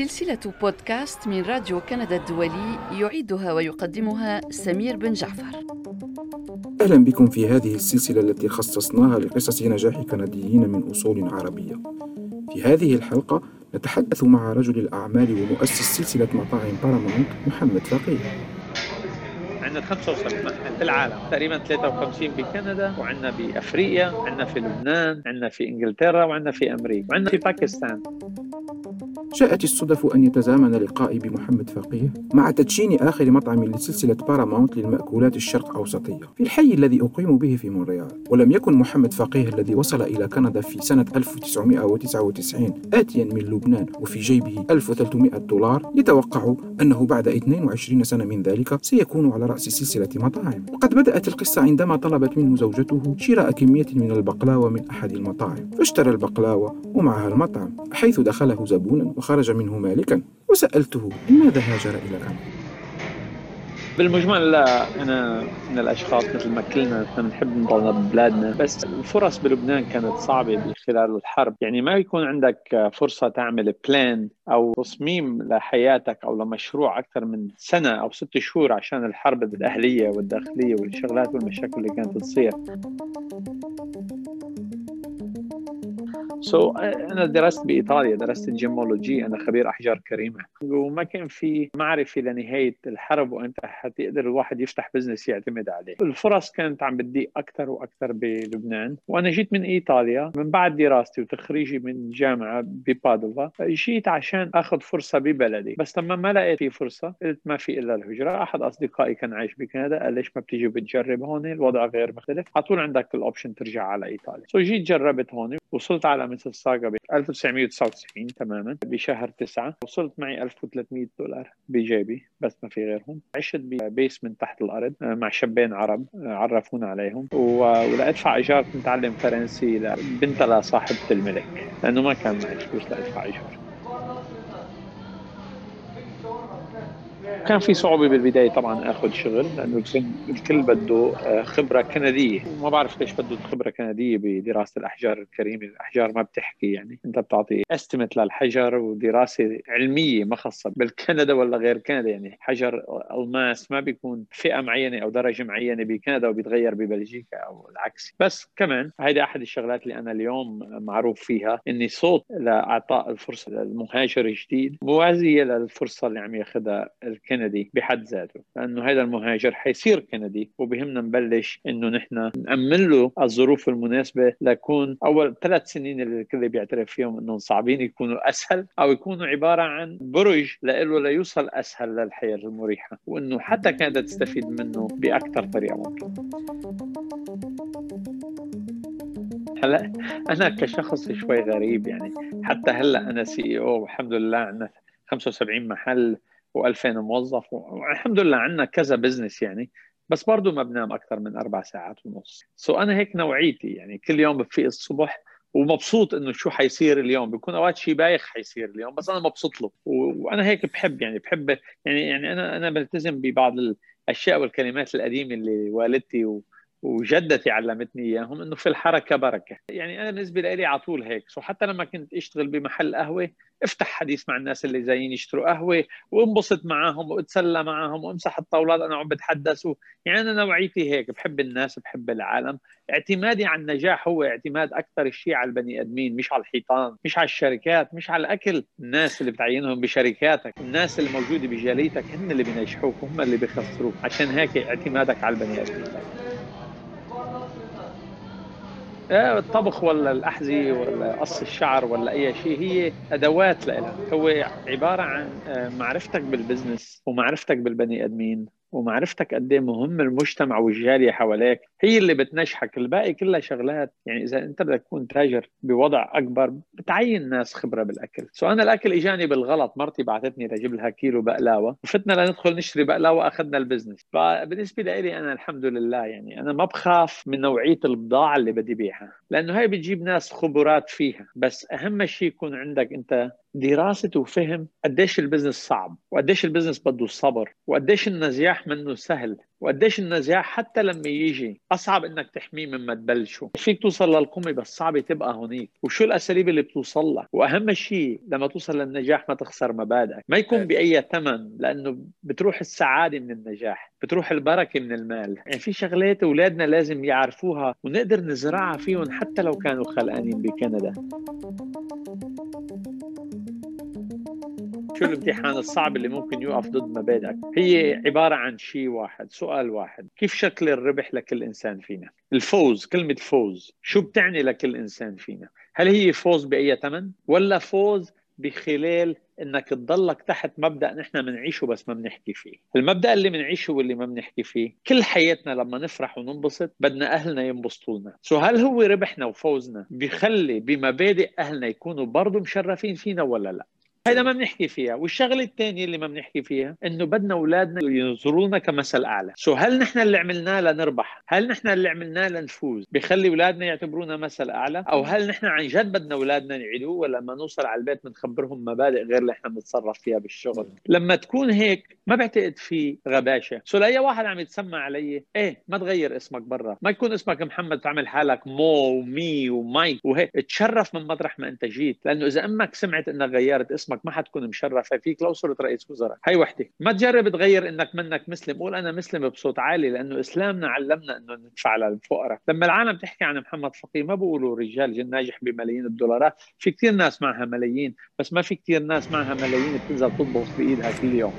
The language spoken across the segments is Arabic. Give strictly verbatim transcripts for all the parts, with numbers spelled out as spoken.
سلسلة بودكاست من راديو كندا الدولي يعيدها ويقدمها سمير بن جعفر. أهلا بكم في هذه السلسلة التي خصصناها لقصص نجاح كنديين من أصول عربية. في هذه الحلقة نتحدث مع رجل الأعمال ومؤسس سلسلة مطاعم بارامونت محمد فقيه. عندنا خمسة وسبعين محل في العالم، تقريبا ثلاثة وخمسين بكندا، وعندنا بأفريقيا، عندنا في لبنان، عندنا في إنجلترا، وعندنا في أمريكا، وعندنا في باكستان. شاءت الصدف أن يتزامن لقائي بمحمد فقيه مع تدشين آخر مطعم لسلسلة بارامونت للمأكولات الشرق أوسطية في الحي الذي أقيم به في مونريال. ولم يكن محمد فقيه الذي وصل إلى كندا في سنة ألف وتسعمائة وتسعة وتسعين آتيا من لبنان وفي جيبه ألف وثلاثمائة دولار يتوقع أنه بعد اثنين وعشرين سنة من ذلك سيكون على رأس سلسلة مطاعم. وقد بدأت القصة عندما طلبت منه زوجته شراء كمية من البقلاوة من أحد المطاعم، فاشترى البقلاوة ومعها المطعم، حيث دخله زبونا وخرج منه مالكا. وسألته لماذا هاجر إلى كندا؟ بالمجمل لا، أنا من الأشخاص مثل ما كلنا نحن بنحب نضلنا ببلادنا، بس الفرص بلبنان كانت صعبة خلال الحرب. يعني ما يكون عندك فرصة تعمل بلان أو تصميم لحياتك أو لمشروع أكثر من سنة أو ست شهور عشان الحرب الأهلية والداخلية والشغلات والمشاكل اللي كانت تصير. سو so, أنا درست بإيطاليا، درست الجيمولوجي، أنا خبير أحجار كريمة، وما كان في معرفة لنهاية الحرب وأنت حتقدر الواحد يفتح بزنس يعتمد عليه. الفرص كانت عم بتضيق أكثر وأكثر بلبنان، وأنا جيت من إيطاليا من بعد دراستي وتخريجي من جامعة ببادوفا، جيت عشان أخذ فرصة ببلدي. بس لما ما لقيت في فرصة قلت ما في إلا الهجرة. أحد أصدقائي كان عايش بكندا قال ليش ما بتيجي بتجرب هون، الوضع غير مختلف، على طول عندك الأوبشن ترجع على إيطاليا. سو so, جيت جربت هون، وصلت على ميسيساغا ب ألف وتسعمائة وتسعة وتسعين تماما بشهر تسعة. وصلت معي ألف وثلاثمائة دولار بجيبي بس ما في غيرهم. عشت ببيس من تحت الأرض مع شابين عرب عرفونا عليهم، ولأدفع إيجار كنت أتعلم فرنسي لبنت لصاحبة الملك لأنه ما كان معي فلوس لأدفع إيجار. كان في صعوبة بالبداية طبعا أخذ شغل لأنه الكل بده خبرة كندية، وما بعرف ليش بده خبرة كندية بدراسة الأحجار الكريمة. الأحجار ما بتحكي، يعني أنت بتعطي استيمت للحجر ودراسة علمية ما خاصة بالكندا ولا غير كندا. يعني حجر الماس ما بيكون فئة معينة أو درجة معينة بكندا وبيتغير ببلجيكا أو العكس. بس كمان هيدا أحد الشغلات اللي أنا اليوم معروف فيها، إني صوت لإعطاء الفرصة للمهاجر الجديد موازية للفرصة اللي عم ياخدها الكندي بحد ذاته، لأنه هذا المهاجر حيصير كندي وبهمنا نبلش إنه نحن نأمن له الظروف المناسبة ليكون أول ثلاث سنين اللي الكل بيعترف فيهم إنهم صعبين يكونوا أسهل، أو يكونوا عبارة عن برج لإله ليوصل أسهل للحياة المريحة، وإنه حتى كانت تستفيد منه بأكثر طريقة ممكن. هلا أنا كشخص شوي غريب، يعني حتى هلا أنا سي إي أو والحمد لله عندنا خمسة وسبعين محل وألفين موظف، والحمد لله عندنا كذا بزنس يعني، بس برضو ما بنام أكثر من أربع ساعات ونص. سو أنا هيك نوعيتي، يعني كل يوم بفيق الصبح ومبسوط إنه شو حيصير اليوم. بيكون أوقات شيء بايخ حيصير اليوم بس أنا مبسوط له، وأنا هيك بحب يعني بحب يعني يعني أنا أنا بلتزم ببعض الأشياء والكلمات القديمة اللي والدتي و وجدتي علمتني اياهم، انه في الحركه بركه. يعني انا بالنسبه لي على طول هيك. سو حتى لما كنت اشتغل بمحل قهوه افتح حديث مع الناس اللي جايين يشتروا قهوه وانبسط معهم واتسلى معهم وامسح الطاولات انا عم بتحدث. يعني انا نوعيتي هيك، بحب الناس بحب العالم. اعتمادي على النجاح هو اعتماد اكثر الشيء على البني ادمين، مش على الحيطان، مش على الشركات، مش على الاكل. الناس اللي بتعينهم بشركاتك، الناس اللي موجوده بجاليتك، هم اللي بينجحوك هم اللي بيخسروك. عشان هيك اعتمادك على البني ادمين دائما. الطبخ ولا الأحذية ولا قص الشعر ولا أي شيء هي أدوات لها. هو عبارة عن معرفتك بالبزنس ومعرفتك بالبني آدمين ومعرفتك قد ايه مهم المجتمع والجالية حواليك، هي اللي بتنجحك. الباقي كلها شغلات. يعني إذا أنت بدك تكون تاجر بوضع أكبر بتعين ناس خبرة بالأكل. سو أنا الأكل إجاني بالغلط، مرتي بعثتني لأجيب لها كيلو بقلاوة وفتنا لندخل نشتري بقلاوة أخذنا البزنس. فبالنسبة لي أنا الحمد لله، يعني أنا ما بخاف من نوعية البضاعة اللي بدي بيعها، لأنه هاي بتجيب ناس خبرات فيها. بس أهم شيء يكون عندك أنت دراسة وفهم قديش البزنس صعب وقديش البزنس بده الصبر وقديش النجاح منه سهل. وقديش النجاح حتى لما يجي أصعب إنك تحميه مما تبلشه. فيك توصل للقمة بس صعب تبقى هونيك، وشو الأساليب اللي بتوصل لها. وأهم شيء لما توصل للنجاح ما تخسر مبادئك، ما يكون بأي ثمن، لأنه بتروح السعادة من النجاح، بتروح البركة من المال. يعني في شغلات أولادنا لازم يعرفوها ونقدر نزرعها فيهم حتى لو كانوا خلقانين بكندا. شو الامتحان الصعب اللي ممكن يوقف ضد مبادئك؟ هي عبارة عن شيء واحد، سؤال واحد: كيف شكل الربح لكل إنسان فينا؟ الفوز، كلمة فوز شو بتعني لكل إنسان فينا؟ هل هي فوز بأي ثمن؟ ولا فوز بخلال انك تضلك تحت مبدأ نحن بنعيشه بس ما بنحكي فيه؟ المبدأ اللي بنعيشه واللي ما بنحكي فيه، كل حياتنا لما نفرح وننبسط بدنا اهلنا ينبسطوا لنا. سو هل هو ربحنا وفوزنا بيخلي بمبادئ اهلنا يكونوا برضه مشرفين فينا ولا لا؟ هيدا ما بنحكي فيها. والشغله الثانيه اللي ما بنحكي فيها انه بدنا اولادنا ينظرونا كمثل اعلى. سو هل نحن اللي عملناه لنربح، هل نحن اللي عملناه لنفوز بخلي اولادنا يعتبرونا مثل اعلى، او هل نحن عن جد بدنا اولادنا يعيدوه ولما نوصل على البيت بنخبرهم مبادئ غير اللي احنا بنتصرف فيها بالشغل؟ لما تكون هيك ما بعتقد في غباشه. سو لاي واحد عم يتسمع علي، ايه ما تغير اسمك برا، ما يكون اسمك محمد تعمل حالك مو ومي ومايك وهيك، تشرف من مطرح ما انت جيت. لانه اذا امك سمعت انك غيرت اسمك ما حتكون مشرفه فيك لو صرت رئيس وزراء. هي وحده. ما تجرب تغير انك منك مسلم، قول انا مسلم بصوت عالي، لانه اسلامنا علمنا انه ندفع للفقراء. لما العالم تحكي عن محمد فقيه ما بيقولوا رجال ناجح بملايين الدولارات، في كثير ناس معها ملايين، بس ما في كثير ناس معها ملايين بتنزل تطبخ بايدها كل يوم.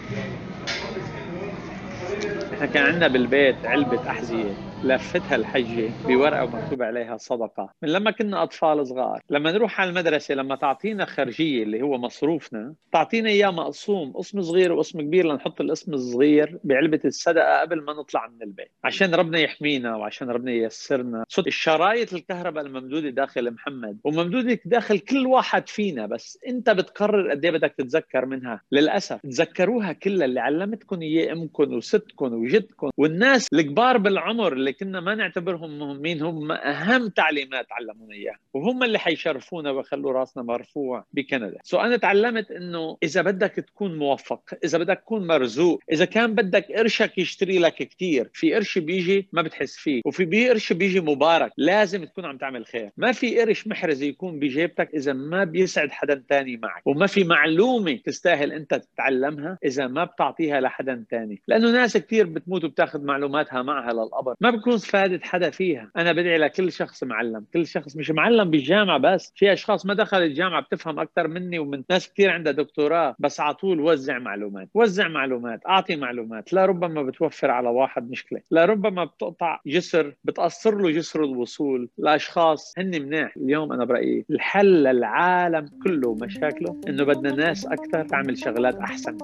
احنا كان عندنا بالبيت علبة أحذية لفتها الحجة بورقة ومكتوب عليها صدقة من لما كنا أطفال صغار. لما نروح على المدرسة لما تعطينا خرجية اللي هو مصروفنا تعطينا إياه مقسوم، قسم صغير وقسم كبير، لنحط القسم الصغير بعلبة الصدقة قبل ما نطلع من البيت عشان ربنا يحمينا وعشان ربنا ييسرنا. صوت الشرايط الكهرباء الممدودة داخل محمد وممدودة داخل كل واحد فينا، بس أنت بتقرر قد ايه بدك تتذكر منها. للأسف تذكروها كلها اللي علمتكم إياه أمكم وستكم وجدكم والناس الكبار بالعمر اللي كنا ما نعتبرهم مهمين، هم أهم تعليمات علمونا إياها وهم اللي حيشرفونا ويخلوا راسنا مرفوع بكندا. سو أنا تعلمت إنه إذا بدك تكون موفق، إذا بدك تكون مرزوق، إذا كان بدك قرشك يشتري لك كتير، في قرش بيجي ما بتحس فيه وفي بي قرش بيجي مبارك، لازم تكون عم تعمل خير. ما في قرش محرز يكون بجيبتك إذا ما بيسعد حدا تاني معك، وما في معلومة تستاهل أنت تتعلمها إذا ما بتعطيها لحدا تاني. لأنه ناس كتير بتموت وبتاخذ معلوماتها معها للقبر، ما بكون فادت حدا فيها. أنا بدعي لكل شخص معلم، كل شخص مش معلم بالجامعة بس، في أشخاص ما دخلت الجامعة بتفهم أكثر مني ومن ناس كتير عندها دكتوراه، بس على طول وزع معلومات وزع معلومات أعطي معلومات. لا ربما بتوفر على واحد مشكلة، لا ربما بتقطع جسر بتقصر له جسر الوصول لأشخاص هن مناح. اليوم أنا برأيي الحل للعالم كله مشاكله إنه بدنا ناس أكثر تعمل شغلات أحسن.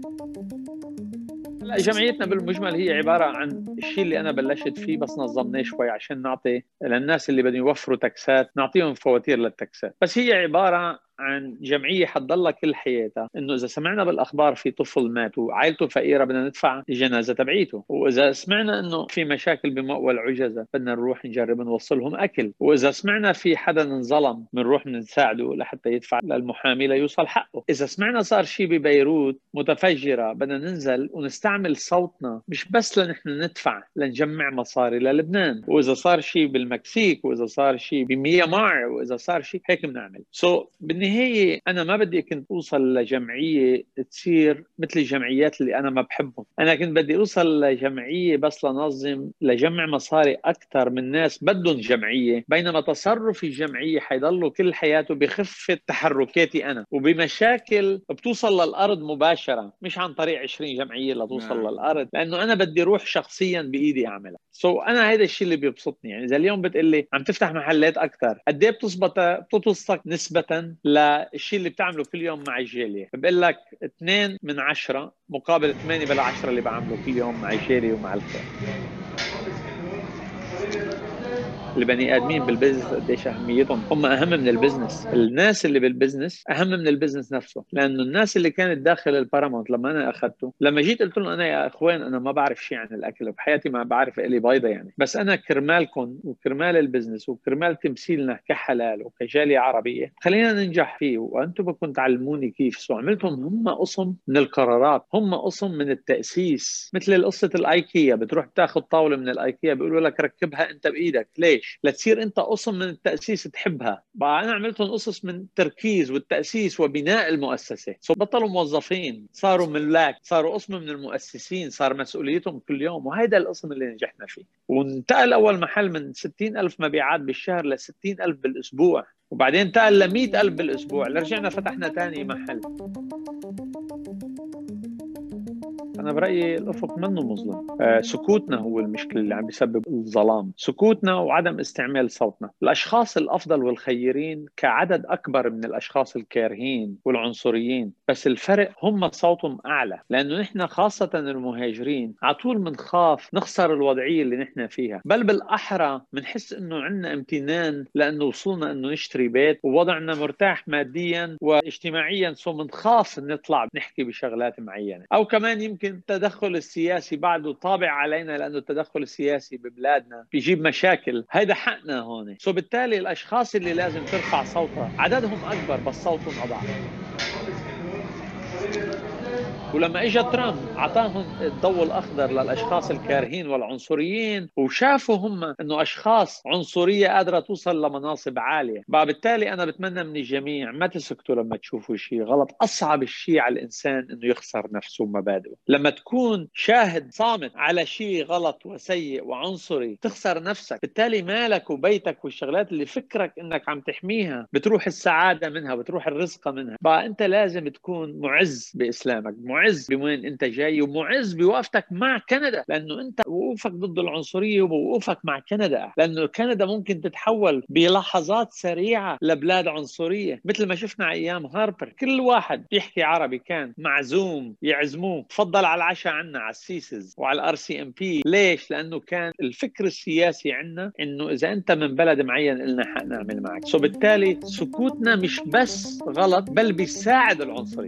لا جمعيتنا بالمجمل هي عبارة عن الشيء اللي أنا بلشت فيه بس نظمناه شوي عشان نعطي للناس اللي بدهم يوفروا تاكسات نعطيهم فواتير للتاكسات. بس هي عبارة عن جمعية حتضلها كل حياتها إنه إذا سمعنا بالأخبار في طفل مات وعائلته فقيرة بدنا ندفع الجنازة تبعيته، وإذا سمعنا إنه في مشاكل بمأوى العجزة بدنا نروح نجرب نوصلهم أكل، وإذا سمعنا في حدا انظلم بنروح نساعده لحتى يدفع للمحامي ليوصل حقه، إذا سمعنا صار شيء ببيروت متفجرة بدنا ننزل ونستعمل صوتنا مش بس لنحن ندفع لنجمع مصاري للبنان، وإذا صار شيء بالمكسيك وإذا صار شيء بميامار وإذا صار شيء هيك بنعمل. سو so, بالنهاية أنا ما بدي كنت أوصل لجمعية تصير مثل الجمعيات اللي أنا ما بحبهم، أنا كنت بدي أوصل لجمعية بس لنظم لجمع مصاري أكثر من ناس بدهم جمعية، بينما تصرف الجمعية حيضلوا كل حياته بخفة تحركاتي أنا وبمشاكل بتوصل للأرض مباشرة مش عن طريق عشرين جمعية لتوصل نعم. للأرض، لأنه أنا بدي روح شخصيا بإيدي أعملها. سو so أنا هذا الشيء اللي بيبسطني. يعني إذا اليوم بتقلي عم تفتح محلات أكثر قد إيه بتزبط بتوصلك نسبة للشيء اللي بتعمله كل يوم مع الجالية؟ بقول لك اثنين من عشرة مقابل ثمانية بالعشرة اللي بعمله كل يوم مع الجالية ومع الخير. البني ادمين بالبزنس قديش اهميتهم، هم اهم من البزنس. الناس اللي بالبزنس اهم من البزنس نفسه، لانه الناس اللي كانت داخل البارامونت لما انا اخذته، لما جيت قلت لهم انا يا اخوان انا ما بعرف شيء عن الاكل وبحياتي ما بعرف الي بيضه يعني، بس انا كرمالكم وكرمال البزنس وكرمال تمثيلنا كحلال وكجاليه عربيه خلينا ننجح فيه، وانتم بدكم تعلموني كيف. سو عملتهم هم قسم من القرارات، هم قسم من التاسيس. مثل قصه الايكيا، بتروح تاخذ طاوله من الايكيا بيقولوا لك ركبها انت بايدك، ليش؟ لتصير انت قسم من التاسيس تحبها. بقى انا عملتهم قصص من التركيز والتاسيس وبناء المؤسسه. سو بطلوا موظفين، صاروا ملاك، صاروا قسم من المؤسسين، صار مسؤوليتهم كل يوم، وهذا القسم اللي نجحنا فيه. وانتقل اول محل من ستين ألف مبيعات بالشهر ل ستين ألف بالاسبوع، وبعدين انتقل ل مئة ألف بالاسبوع، لرجعنا فتحنا ثاني محل. أنا برأيي الأفق منه مظلم. آه سكوتنا هو المشكلة اللي عم بيسبب الظلام، سكوتنا وعدم استعمال صوتنا. الأشخاص الأفضل والخيرين كعدد أكبر من الأشخاص الكارهين والعنصريين، بس الفرق هم صوتهم أعلى، لأنه نحن خاصة المهاجرين عطول منخاف نخسر الوضعية اللي نحن فيها، بل بالأحرى منحس إنه عنا امتنان لأنه وصلنا إنه نشتري بيت ووضعنا مرتاح ماديا واجتماعيا، سو منخاف نطلع نحكي بشغلات معينة. أو كمان يمكن التدخل السياسي بعده طابع علينا، لأنه التدخل السياسي ببلادنا بيجيب مشاكل، هيدا حقنا هون. سو بالتالي الأشخاص اللي لازم ترفع صوتها عددهم أكبر بس صوتهم أضعف. ولما اجى ترامب اعطاهم الضوء الاخضر للاشخاص الكارهين والعنصريين، وشافوا هم انه اشخاص عنصريه قادره توصل لمناصب عاليه. بقى بالتالي انا بتمنى من الجميع ما تسكتوا لما تشوفوا شيء غلط. اصعب شيء على الانسان انه يخسر نفسه ومبادئه. لما تكون شاهد صامت على شيء غلط وسيء وعنصري تخسر نفسك، بالتالي مالك وبيتك والشغلات اللي فكرك انك عم تحميها بتروح السعاده منها، بتروح الرزقه منها. بقى انت لازم تكون معز باسلامك، معز بوين انت جاي، ومعز بوقفتك مع كندا، لانه انت وقوفك ضد العنصريه ووقوفك مع كندا، لانه كندا ممكن تتحول بلحظات سريعه لبلاد عنصريه، مثل ما شفنا ايام هاربر. كل واحد بيحكي عربي كان معزوم يعزموه، تفضل على العشاء عنا على السيسز وعلى الار سي ام بي. ليش؟ لانه كان الفكر السياسي عندنا انه اذا انت من بلد معين لنا حق نعمل معك. سو بالتالي سكوتنا مش بس غلط بل بيساعد العنصري.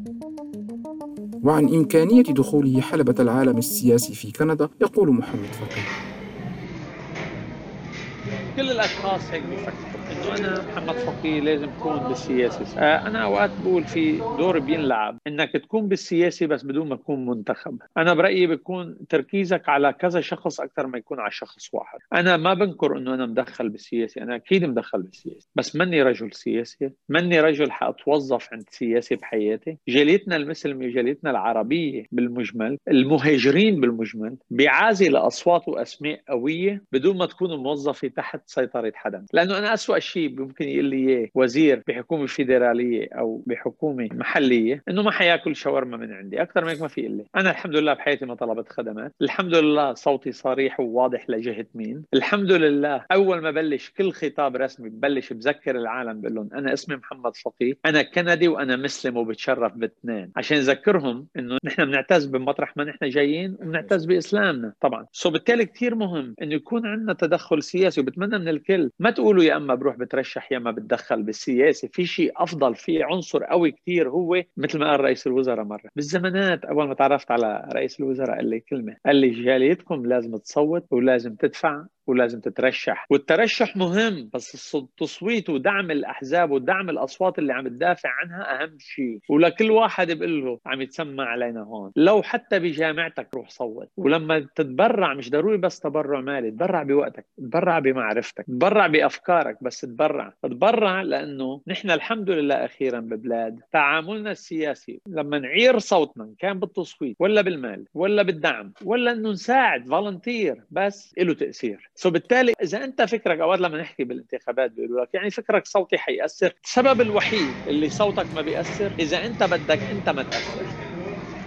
وعن إمكانية دخوله حلبة العالم السياسي في كندا يقول محمد فقيه: كل الاشخاص هيك بيفكروا انه انا محمد فقيه لازم اكون بالسياسه. آه انا اوقات بقول في دور بينلعب انك تكون بالسياسه بس بدون ما تكون منتخب. انا برايي بيكون تركيزك على كذا شخص اكثر ما يكون على شخص واحد. انا ما بنكر انه انا مدخل بالسياسه، انا اكيد مدخل بالسياسه، بس مني رجل سياسي، مني رجل حاتوظف عند سياسي بحياتي. جاليتنا المسلمه، جاليتنا العربيه بالمجمل، المهاجرين بالمجمل بيعازي لاصوات واسماء قويه بدون ما تكون موظفه تحت سيطرة حدا. لأنه أنا أسوأ شيء ممكن يقول لي إياه وزير بحكومة فيدرالية أو بحكومة محلية إنه ما حياكل شاورما من عندي. أكثر من هيك ما في إلي. أنا الحمد لله بحياتي ما طلبت خدمات، الحمد لله صوتي صريح وواضح لجهة مين، الحمد لله. أول ما بلش كل خطاب رسمي ببلش بذكر العالم بقول لهم أنا اسمي محمد فقيه، أنا كندي وأنا مسلم وبتشرف باثنين، عشان نذكرهم إنه نحن بنعتز بمطرح ما نحن جايين وبنعتز بإسلامنا طبعا. سو بالتالي كثير مهم إنه يكون عندنا تدخل سياسي، وبتمنى من الكل ما تقولوا يا اما بروح بترشح يا اما بتدخل بالسياسه. في شيء افضل، في عنصر قوي كثير، هو مثل ما قال رئيس الوزراء مره بالزمانات. اول ما تعرفت على رئيس الوزراء قال لي كلمه، قال لي جاليتكم لازم تصوت ولازم تدفع ولازم تترشح. والترشح مهم، بس التصويت ودعم الأحزاب ودعم الأصوات اللي عم تدافع عنها أهم شيء. ولكل واحد بقول له عم يتسمع علينا هون، لو حتى بجامعتك روح صوت. ولما تتبرع مش ضروري بس تبرع مالي، تبرع بوقتك، تبرع بمعرفتك، تبرع بأفكارك، بس تبرع تبرع لأنه نحن الحمد لله أخيرا ببلاد تعاملنا السياسي لما نعير صوتنا كان بالتصويت ولا بالمال ولا بالدعم ولا أنه نساعد فالنتير، بس له تأثير. سو بالتالي اذا انت فكرك اوقات لما نحكي بالانتخابات بيقولوا لك يعني فكرك صوتي حيأثر، السبب الوحيد اللي صوتك ما بيأثر اذا انت بدك انت ما تأثر.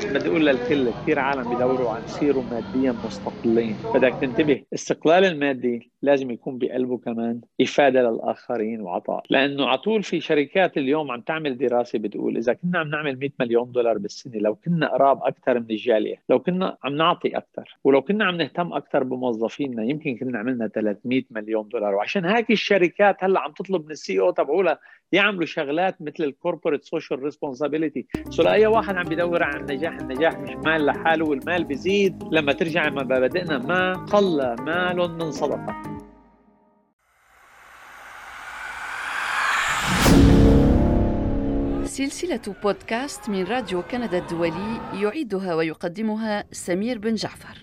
بدي أقول للكل كثير عالم بيدوروا عن يصيروا ماديا مستقلين. بدك تنتبه، استقلال المادي لازم يكون بقلبه كمان إفادة للآخرين وعطاء. لأنه عطول في شركات اليوم عم تعمل دراسة بتقول إذا كنا عم نعمل مئة مليون دولار بالسنة، لو كنا قراب أكثر من الجالية، لو كنا عم نعطي أكثر، ولو كنا عم نهتم أكثر بموظفينا، يمكن كنا عملنا ثلاثمئة مليون دولار. وعشان هيك الشركات هلا عم تطلب من السي او تبعولها يعملوا شغلات مثل الكوربوريت سوشيال ريسبونسابيلتي. سو لاي واحد عم بيدور عن النجاح، النجاح مش مال لحاله، والمال بيزيد لما ترجع مبادئنا. ما قل مال من صدقه. سلسلة بودكاست من راديو كندا الدولي يعيدها ويقدمها سمير بن جعفر.